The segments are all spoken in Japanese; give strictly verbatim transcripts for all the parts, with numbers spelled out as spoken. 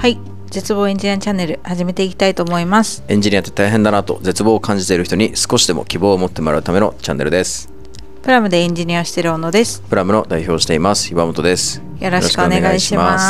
はい、絶望エンジニアチャンネル始めていきたいと思います。 エンジニアって大変だなと絶望を感じている人に少しでも希望を持ってもらうためのチャンネルです。 プラムでエンジニアをしている小野です。 プラムの代表をしています岩本です。 よろしくお願いします。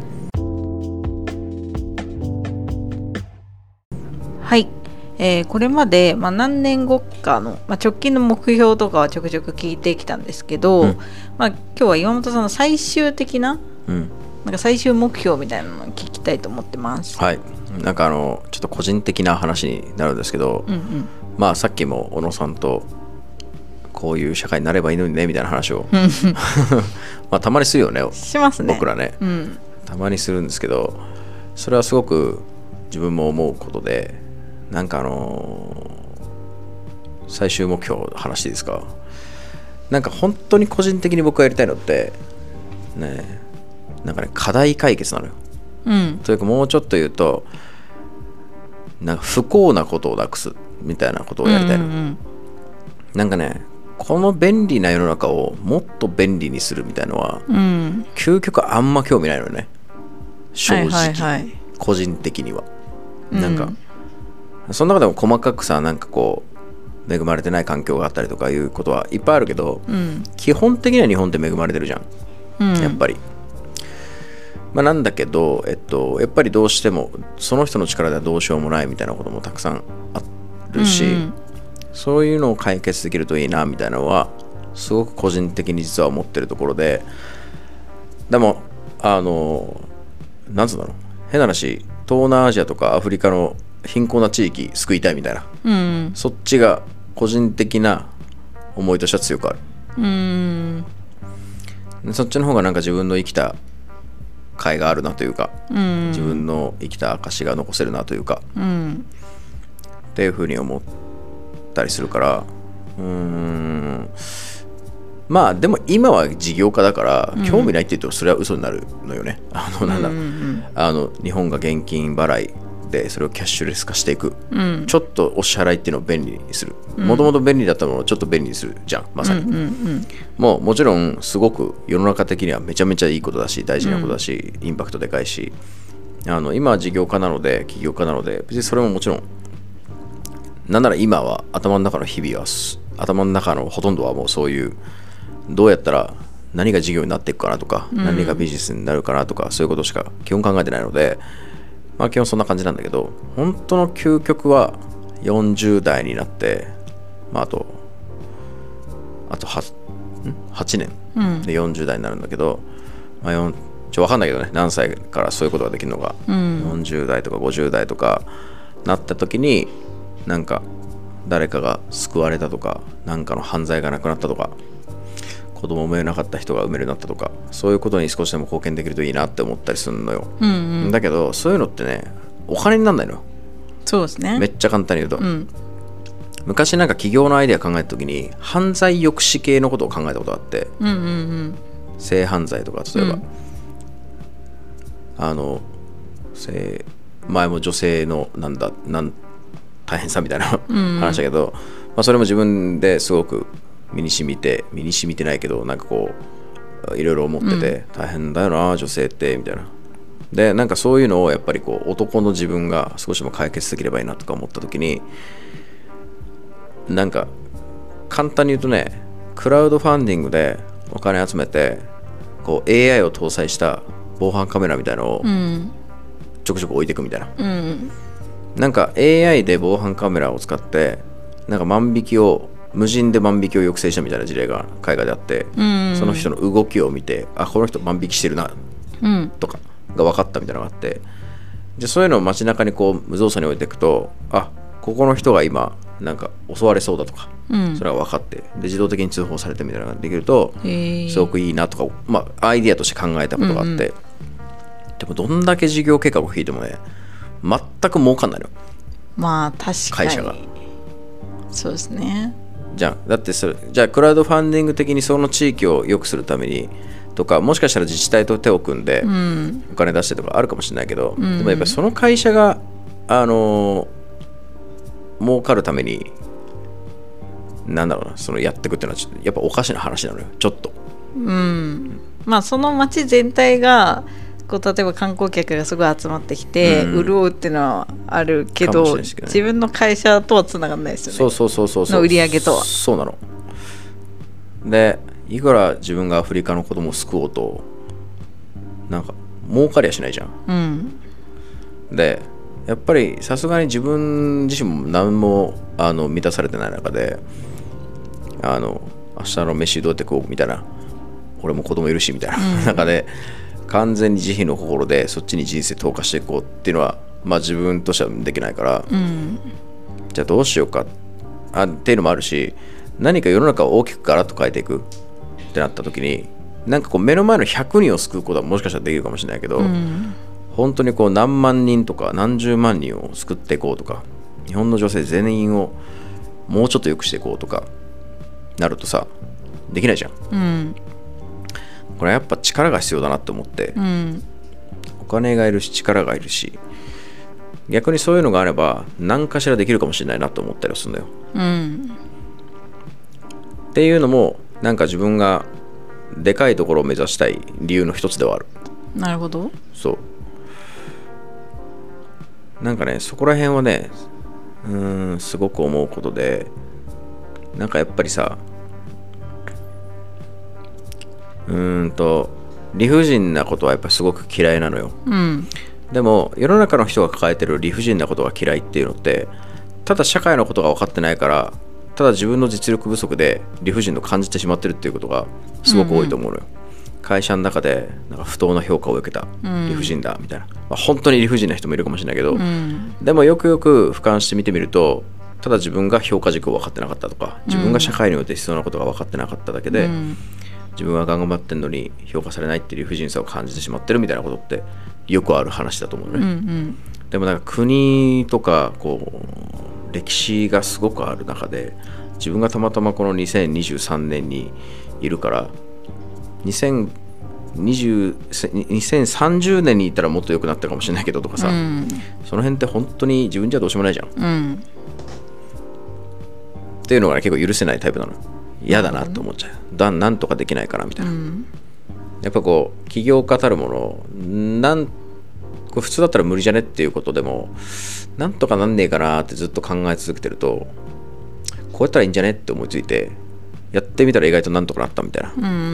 はい、えー、これまで、まあ、何年後かの、まあ、直近の目標とかはちょくちょく聞いてきたんですけど、うんまあ、今日は岩本さんの最終的な、うん、なんか最終目標みたいなのを聞きたいと思ってます。 はい、なんかあのちょっと個人的な話になるんですけど、うんうん、まあさっきも小野さんとこういう社会になればいいのにねみたいな話をまあたまにするよね。 しますね。 僕らね、 うん、 たまにするんですけど、それはすごく自分も思うことで、なんかあのー、最終目標の話ですか。なんか本当に個人的に僕がやりたいのってね、なんかね課題解決なのよ、うん、というかもうちょっと言うとなんか不幸なことをなくすみたいなことをやりたいの、うんうん、なんかねこの便利な世の中をもっと便利にするみたいなのは、うん、究極あんま興味ないのよね正直、はいはいはい、個人的にはなんか、うん、その中でも細かくさなんかこう恵まれてない環境があったりとかいうことはいっぱいあるけど、うん、基本的には日本って恵まれてるじゃん、うん、やっぱり、まあ、なんだけど、えっと、やっぱりどうしてもその人の力ではどうしようもないみたいなこともたくさんあるし、うんうん、そういうのを解決できるといいなみたいなのはすごく個人的に実は思ってるところで、でもあのなんつうんだろう、変な話、東南アジアとかアフリカの貧困な地域救いたいみたいな、うん、そっちが個人的な思いとしては強くある、うん、そっちの方がなんか自分の生きた甲斐があるなというか、うん、自分の生きた証が残せるなというか、うん、っていうふうに思ったりするから、うーんまあでも今は事業家だから、うん、興味ないって言うとそれは嘘になるのよね。あのなんだ、うんうん、あの日本が現金払いでそれをキャッシュレス化していく、うん、ちょっとお支払いっていうのを便利にする、もともと便利だったものをちょっと便利にするじゃんまさに、うんうんうん、もうもちろんすごく世の中的にはめちゃめちゃいいことだし大事なことだし、うん、インパクトでかいし、あの今は事業家なので起業家なので別にそれももちろんなんなら今は頭の中の日々は頭の中のほとんどはもうそういうどうやったら何が事業になっていくかなとか、うん、何がビジネスになるかなとかそういうことしか基本考えてないので、まあ基本そんな感じなんだけど、本当の究極はよんじゅう代になって、まああとあと 8, はちねんでよんじゅう代になるんだけど、まあ、よちょ分かんないけどね何歳からそういうことができるのが、うん、よんじゅう代とかごじゅう代とかなった時になんか誰かが救われたとか、なんかの犯罪がなくなったとか、子供を産めなかった人が産めるようになったとか、そういうことに少しでも貢献できるといいなって思ったりするのよ、うんうん、だけどそういうのってねお金にならないのよ。 そうですね、 めっちゃ簡単に言うと、うん、昔なんか起業のアイデア考えた時に犯罪抑止系のことを考えたことがあって、うんうんうん、性犯罪とか例えば、うん、あの性前も女性のなんだなん大変さみたいな話だけど、うんうんまあ、それも自分ですごく身に染みて身に染みてないけどなんかこういろいろ思ってて、うん、大変だよな女性ってみたいな。でなんかそういうのをやっぱりこう男の自分が少しでも解決できればいいなとか思った時に、なんか簡単に言うとねクラウドファンディングでお金集めてこう エーアイ を搭載した防犯カメラみたいなのをちょくちょく置いていくみたいな、うん、なんか エーアイ で防犯カメラを使ってなんか万引きを無人で万引きを抑制したみたいな事例が海外であって、うん、その人の動きを見てあこの人万引きしてるな、うん、とかが分かったみたいなのがあって、でそういうのを街中にこう無造作に置いていくとあここの人が今なんか襲われそうだとか、うん、それが分かってで自動的に通報されてみたいなのができるとすごくいいなとか、まあ、アイディアとして考えたことがあって、うんうん、でもどんだけ事業計画を引いてもね全く儲かんないの。 まあ確かに会社がそうですね。 じゃあだってそれじゃあクラウドファンディング的にその地域を良くするためにとか、もしかしたら自治体と手を組んでお金出してとかあるかもしれないけど、うん、でもやっぱりその会社があのー、儲かるためになんだろうなそのやっていくっていうのはちょっとやっぱおかしな話なのよちょっと。 うん、まあその町全体がこう例えば観光客がすごい集まってきて、うん、潤うっていうのはあるけど、ね、自分の会社とはつながらないですよね。 そうそうそうそうそうの売り上げとは。 そうなの。でいくら自分がアフリカの子供を救おうとなんか儲かりゃしないじゃん、うん、でやっぱりさすがに自分自身も何もあの満たされてない中であの明日の飯どうやって食おうみたいな、俺も子供いるしみたいな、うん、中で完全に慈悲の心でそっちに人生投下していこうっていうのはまあ自分としてはできないから、うん、じゃあどうしようかあっていうのもあるし、何か世の中を大きくガラッと変えていくってなった時になんかこう目の前のひゃくにんを救うことはもしかしたらできるかもしれないけど、うん、本当にこう何万人とか何十万人を救っていこうとか、日本の女性全員をもうちょっと良くしていこうとかなるとさできないじゃん、うん、これはやっぱ力が必要だなって思って、うん、お金がいるし力がいるし、逆にそういうのがあれば何かしらできるかもしれないなと思ったりするんだよ、うん、っていうのもなんか自分がでかいところを目指したい理由の一つではある。 なるほど。 そうなんかね、そこら辺はねうーんすごく思うことで、なんかやっぱりさうーんと理不尽なことはやっぱすごく嫌いなのよ、うん、でも世の中の人が抱えてる理不尽なことが嫌いっていうのってただ社会のことが分かってないから、ただ自分の実力不足で理不尽を感じてしまってるっていうことがすごく多いと思うのよ、うんうん、会社の中でなんか不当な評価を受けた、理不尽だみたいな、まあ、本当に理不尽な人もいるかもしれないけど、うん、でもよくよく俯瞰して見てみると、ただ自分が評価軸を分かってなかったとか、自分が社会において必要なことが分かってなかっただけで、うん、自分は頑張ってんのに評価されないっていう理不尽さを感じてしまってるみたいなことってよくある話だと思うね、うんうん、でもなんか国とかこう歴史がすごくある中で、自分がたまたまこのにせんにじゅうさんねんにいるから、にせんにじゅう、にせんさんじゅうねんに行ったらもっと良くなったかもしれないけどとかさ、うん、その辺って本当に自分じゃどうしようもないじゃん、うん、っていうのが、ね、結構許せないタイプなの。嫌だなと思っちゃう、うん、だなんとかできないかなみたいな、うん、やっぱこう起業家たるものなんこれ普通だったら無理じゃねっていうことでもなんとかなんねえかなってずっと考え続けてると、こうやったらいいんじゃねって思いついてやってみたら意外となんとかなったみたいな、うんうんうん、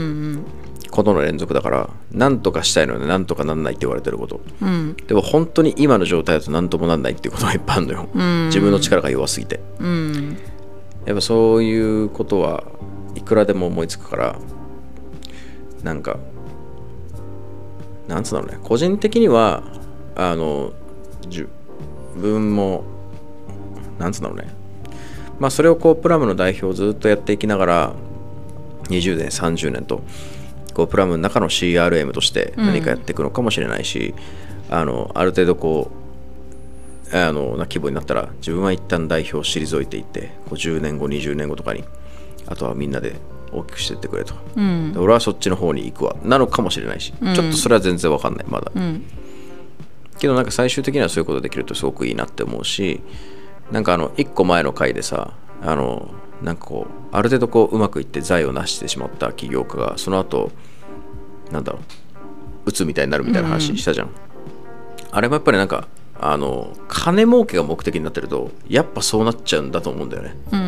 ことの連続だから、なんとかしたいのになんとかなんないって言われてること、うん、でも本当に今の状態だとなんともなんないっていうことがいっぱいあるのよ、うん、自分の力が弱すぎて、うん、やっぱそういうことはいくらでも思いつくから、なんかなんつうのね、個人的にはあの自分もなんつうのね、まあそれをこうプラムの代表をずっとやっていきながらにじゅうねんさんじゅうねんとこうプラムの中の シーアールエム として何かやっていくのかもしれないし、うん、あのある程度こうあのな規模になったら自分は一旦代表を退いていってこうじゅうねんごにじゅうねんごとかにあとはみんなで大きくしていってくれと、うん、俺はそっちの方に行くわなのかもしれないし、うん、ちょっとそれは全然わかんないまだ、うん、けどなんか最終的にはそういうことできるとすごくいいなって思うし、なんかあのいっこまえの回でさ、あのなんかこうある程度こううまくいって財を成してしまった起業家がその後なんだろう鬱みたいになるみたいな話したじゃん、うん、あれもやっぱりなんかあの金儲けが目的になってるとやっぱそうなっちゃうんだと思うんだよね、うん、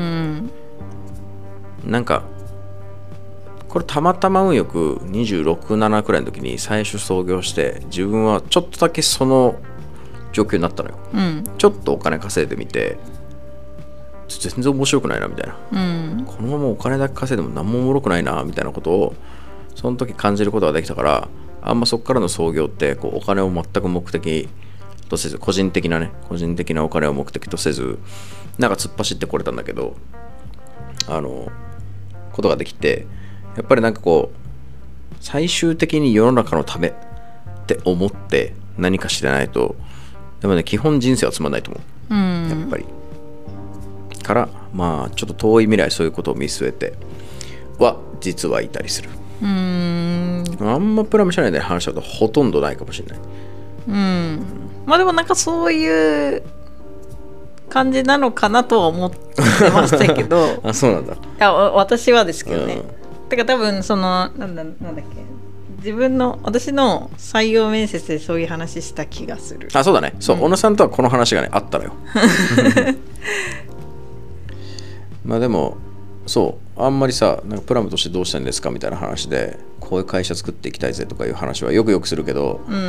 なんかこれたまたま運よくにじゅうろく、ななくらいの時に最初創業して自分はちょっとだけその状況になったのよ、うん、ちょっとお金稼いでみて全然面白くないなみたいな、うん、このままお金だけ稼いでも何もおもろくないなみたいなことをその時感じることができたから、あんまそこからの創業ってこうお金を全く目的とせず、個人的なね個人的なお金を目的とせずなんか突っ走ってこれたんだけど、あのことができて、やっぱりなんかこう最終的に世の中のためって思って何かしてないとでもね基本人生はつまんないと思う、うん、やっぱりからまあちょっと遠い未来そういうことを見据えては実はいたりする。うーんあんまプラム社内で話したことほとんどないかもしれない。 うんまあでもなんかそういう感じなのかなとは思ってましたけどあそうなんだ。いや私はですけどね、うん、てか多分そのなんだなんだっけ自分の私の採用面接でそういう話した気がする。 あ、そうだね。そう、うん、小野さんとはこの話がねあったのよ。まあでもそうあんまりさ、なんかプラムとしてどうしたいんですかみたいな話で、こういう会社作っていきたいぜとかいう話はよくよくするけど、うん、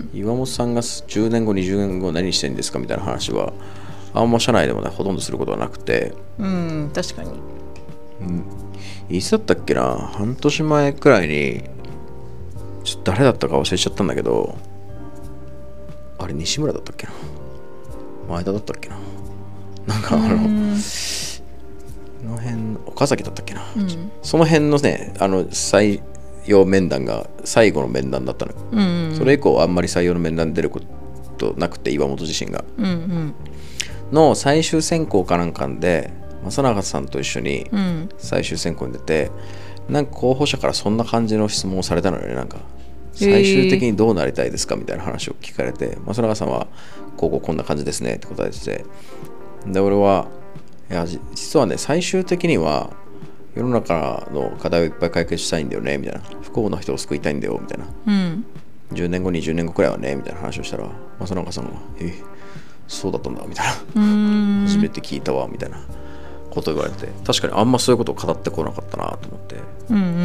岩本さんがじゅうねんごにじゅうねんご何してんですかみたいな話はあんま社内でもねほとんどすることはなくて、 うん確かに、 うん、いつだったっけな、半年前くらいにちょっと誰だったか忘れちゃったんだけど、あれ西村だったっけな、前田だったっけな、なんかあのこの辺岡崎だったっけな、うん、その辺のねあの採用面談が最後の面談だったの、うんうん、それ以降あんまり採用の面談出ることなくて、岩本自身が、うんうん、の最終選考かなんかで正永さんと一緒に最終選考に出て、うん、なんか候補者からそんな感じの質問をされたのよね。なんか最終的にどうなりたいですかみたいな話を聞かれて、正永さんはこうこうこんな感じですねって答えてて、で俺はいや実はね最終的には世の中の課題をいっぱい解決したいんだよねみたいな、不幸な人を救いたいんだよみたいな、うん、じゅうねんごにじゅうねんごくらいはねみたいな話をしたら、正永さんがえそうだったんだみたいな、初めて聞いたわみたいなこと言われて、確かにあんまそういうことを語ってこなかったなと思って、うんうんうん、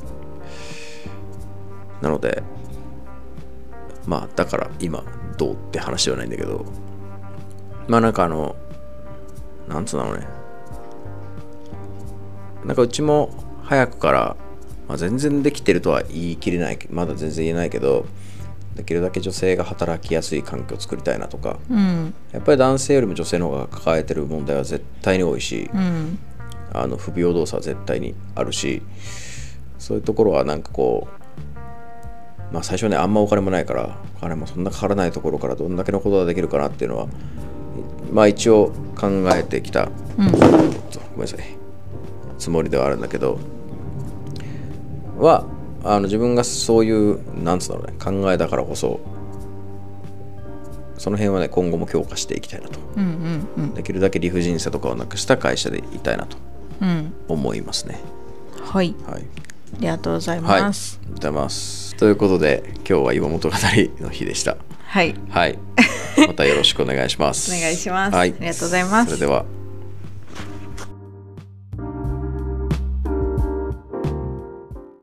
なのでまあだから今どうって話ではないんだけど、まあなんかあのなんつうのね、なんかうちも早くから、まあ、全然できてるとは言い切れない、まだ全然言えないけど、できるだけ女性が働きやすい環境を作りたいなとか、うん、やっぱり男性よりも女性の方が抱えてる問題は絶対に多いし、うん、あの不平等さは絶対にあるし、そういうところはなんかこう、まあ最初ねあんまお金もないから、お金もそんなかからないところからどんだけのことができるかなっていうのはまあ一応考えてきた、うん、ごめんなさいつもりではあるんだけど、はあの自分がそういうなんつうんだろうね考えだからこそ、その辺はね今後も強化していきたいなと、うんうんうん、できるだけ理不尽さとかをなくした会社でいたいなと思いますね、 うん、はい、はい、ありがとうございます、 はい、ありがとうございます。ということで今日は岩本語りの日でした。 はい、 はい、またよろしくお願いします。 お願いします、はい、ありがとうございます。 それでは。